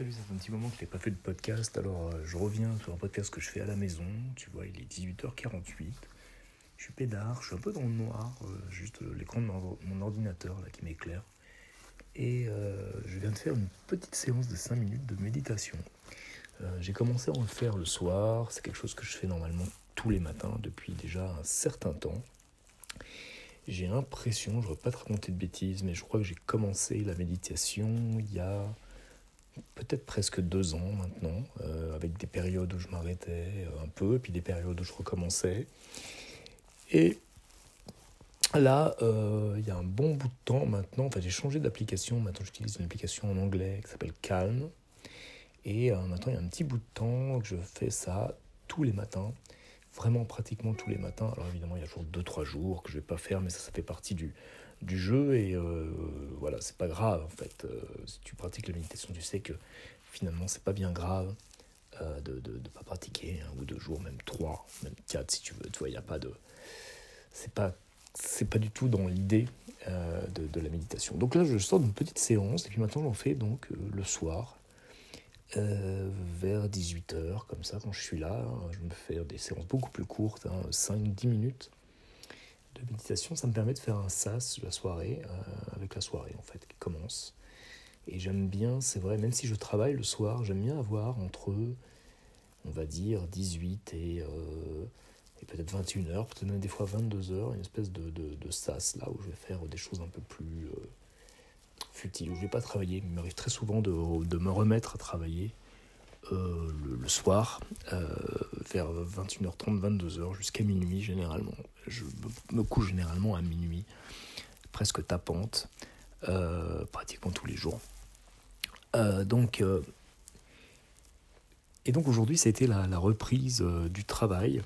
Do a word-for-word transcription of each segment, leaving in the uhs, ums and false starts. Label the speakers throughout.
Speaker 1: Salut, ça fait un petit moment que je n'ai pas fait de podcast, alors euh, je reviens sur un podcast que je fais à la maison. Tu vois, il est dix-huit heures quarante-huit. Je suis pédard, je suis un peu dans le noir, euh, juste euh, l'écran de mon, mon ordinateur là qui m'éclaire. Et euh, je viens de faire une petite séance de cinq minutes de méditation. Euh, j'ai commencé à en faire le soir, c'est quelque chose que je fais normalement tous les matins depuis déjà un certain temps. J'ai l'impression, je ne voudrais pas te raconter de bêtises, mais je crois que j'ai commencé la méditation il y a peut-être presque deux ans maintenant, euh, avec des périodes où je m'arrêtais un peu, et puis des périodes où je recommençais. Et là, euh, il y a un bon bout de temps maintenant, enfin j'ai changé d'application, maintenant j'utilise une application en anglais qui s'appelle Calm. Et euh, maintenant il y a un petit bout de temps que je fais ça tous les matins, vraiment pratiquement tous les matins. Alors évidemment il y a toujours deux trois jours que je ne vais pas faire, mais ça, ça fait partie du, du jeu, et euh, voilà, c'est pas grave en fait. Euh, si tu pratiques la méditation, tu sais que finalement c'est pas bien grave euh, de ne pas pratiquer un ou deux jours, même trois, même quatre si tu veux. Tu vois, il y a pas de, c'est pas, c'est pas du tout dans l'idée euh, de, de la méditation. Donc là, je sors d'une petite séance, et puis maintenant j'en fais donc euh, le soir. Euh, vers dix-huit heures, comme ça, quand je suis là, je me fais des séances beaucoup plus courtes, hein, cinq dix minutes de méditation. Ça me permet de faire un sas la soirée, euh, avec la soirée en fait, qui commence. Et j'aime bien, c'est vrai, même si je travaille le soir, j'aime bien avoir entre, on va dire, dix-huit et, euh, et peut-être vingt et une heures, peut-être même des fois vingt-deux heures, une espèce de, de, de sas, là où je vais faire des choses un peu plus... Euh, futile, où je ne vais pas travailler. Il m'arrive très souvent de, de me remettre à travailler euh, le, le soir, euh, vers vingt et une heures trente, vingt-deux heures, jusqu'à minuit généralement. Je me couche généralement à minuit, presque tapante, euh, pratiquement tous les jours. Euh, donc, euh, et donc aujourd'hui, ça a été la, la reprise euh, du travail.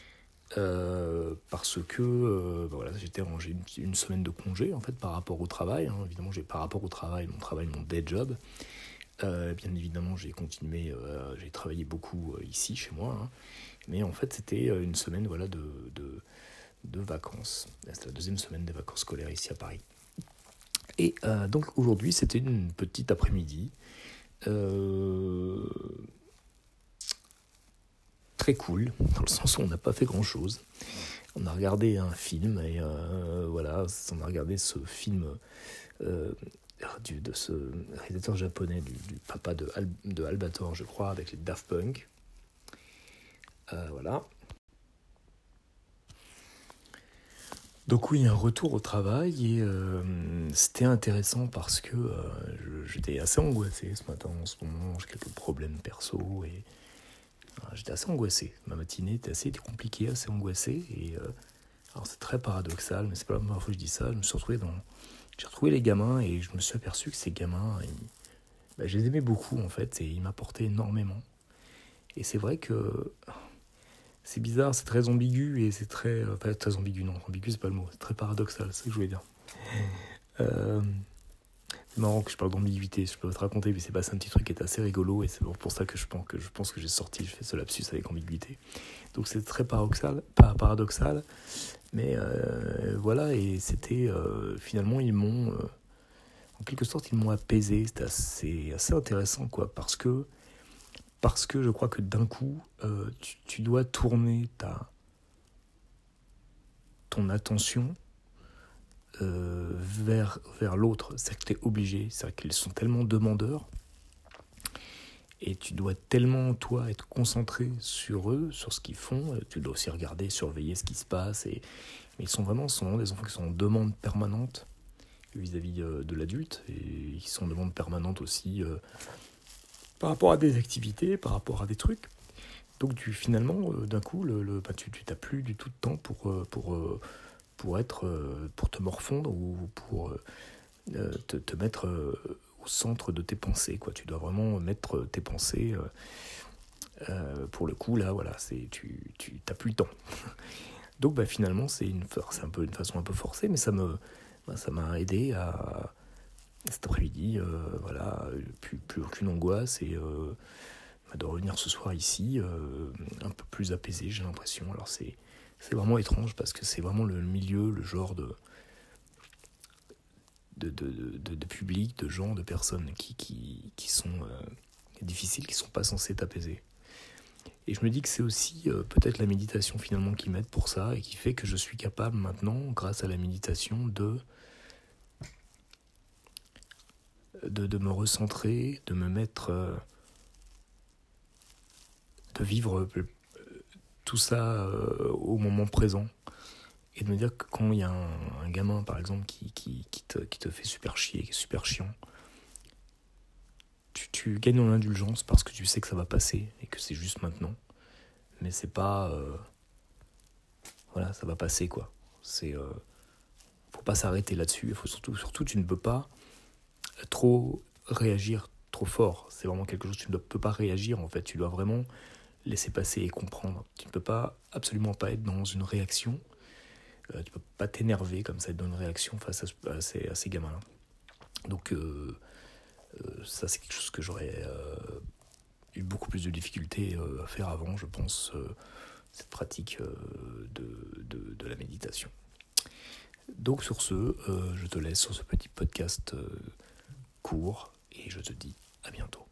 Speaker 1: Euh, parce que euh, bah voilà, j'étais j'ai une, une semaine de congé en fait par rapport au travail, hein. Évidemment j'ai par rapport au travail, mon travail, mon day job, euh, bien évidemment j'ai continué, euh, j'ai travaillé beaucoup euh, ici chez moi, hein. Mais en fait c'était une semaine voilà, de, de, de vacances. C'est la deuxième semaine des vacances scolaires ici à Paris. Et euh, donc aujourd'hui c'était une petite après-midi euh, très cool, dans le sens où on n'a pas fait grand-chose. On a regardé un film, et euh, voilà, on a regardé ce film euh, du, de ce réalisateur japonais, du, du papa de, Al, de Albator, je crois, avec les Daft Punk. Euh, voilà. Donc oui, un retour au travail, et euh, c'était intéressant parce que euh, je, j'étais assez angoissé ce matin. En ce moment, j'ai quelques problèmes perso, et j'étais assez angoissé. Ma matinée était assez compliquée, assez angoissée. Et, euh, alors c'est très paradoxal, mais c'est pas la première fois que je dis ça. Je me suis retrouvé dans... J'ai retrouvé les gamins, et je me suis aperçu que ces gamins, ils... bah, je les aimais beaucoup en fait, et ils m'apportaient énormément. Et c'est vrai que c'est bizarre, c'est très ambigu, et c'est très... Euh, pas très ambigu, non, ambigu c'est pas le mot, c'est très paradoxal, c'est ce que je voulais dire. Euh... C'est marrant que je parle d'ambiguïté, je peux te raconter, mais c'est passé un petit truc qui est assez rigolo, et c'est pour ça que je pense que, je pense que j'ai sorti, je fais ce lapsus avec ambiguïté. Donc c'est très paradoxal, paradoxal, mais euh, voilà, et c'était, euh, finalement, ils m'ont, euh, en quelque sorte, ils m'ont apaisé. C'était assez, assez intéressant, quoi, parce que, parce que je crois que d'un coup, euh, tu, tu dois tourner ta, ton attention Euh, vers, vers l'autre. C'est que tu es obligé, c'est qu'ils sont tellement demandeurs, et tu dois tellement, toi, être concentré sur eux, sur ce qu'ils font. Tu dois aussi regarder, surveiller ce qui se passe, et, mais ils sont vraiment, sont vraiment des enfants qui sont en demande permanente vis-à-vis de, de l'adulte, et qui sont en demande permanente aussi euh, par rapport à des activités, par rapport à des trucs. Donc tu, finalement, euh, d'un coup, le, le, bah, tu n'as plus du tout de temps pour... Euh, pour euh, pour être, pour te morfondre, ou pour te, te mettre au centre de tes pensées, quoi. Tu dois vraiment mettre tes pensées, euh, pour le coup, là, voilà, c'est, tu, tu t'as plus le temps. Donc, bah, finalement, c'est, une, c'est un peu une façon un peu forcée, mais ça, me, bah, ça m'a aidé à, cet après-midi, euh, voilà, plus, plus aucune angoisse, et euh, bah, de revenir ce soir ici, euh, un peu plus apaisé, j'ai l'impression. Alors, c'est C'est vraiment étrange, parce que c'est vraiment le milieu, le genre de, de, de, de, de public, de gens, de personnes qui, qui, qui sont euh, difficiles qui ne sont pas censés t'apaiser. Et je me dis que c'est aussi euh, peut-être la méditation finalement qui m'aide pour ça et qui fait que je suis capable maintenant, grâce à la méditation, de, de, de me recentrer, de me mettre, euh, de vivre euh, tout ça euh, au moment présent. Et de me dire que quand il y a un, un gamin, par exemple, qui, qui, qui, te, qui te fait super chier, qui est super chiant, tu, tu gagnes en indulgence parce que tu sais que ça va passer et que c'est juste maintenant. Mais c'est pas... Euh, voilà, ça va passer, quoi. C'est... Euh, faut pas s'arrêter là-dessus. Il faut surtout, surtout, tu ne peux pas trop réagir trop fort. C'est vraiment quelque chose, tu ne peux pas réagir, en fait. Tu dois vraiment laisser passer et comprendre. Tu ne peux pas, absolument pas être dans une réaction. Euh, tu peux pas t'énerver comme ça, être dans une réaction face à, à, ces, à ces gamins-là. Donc, euh, euh, ça, c'est quelque chose que j'aurais euh, eu beaucoup plus de difficultés euh, à faire avant, je pense, euh, cette pratique euh, de, de, de la méditation. Donc, sur ce, euh, je te laisse sur ce petit podcast euh, court et je te dis à bientôt.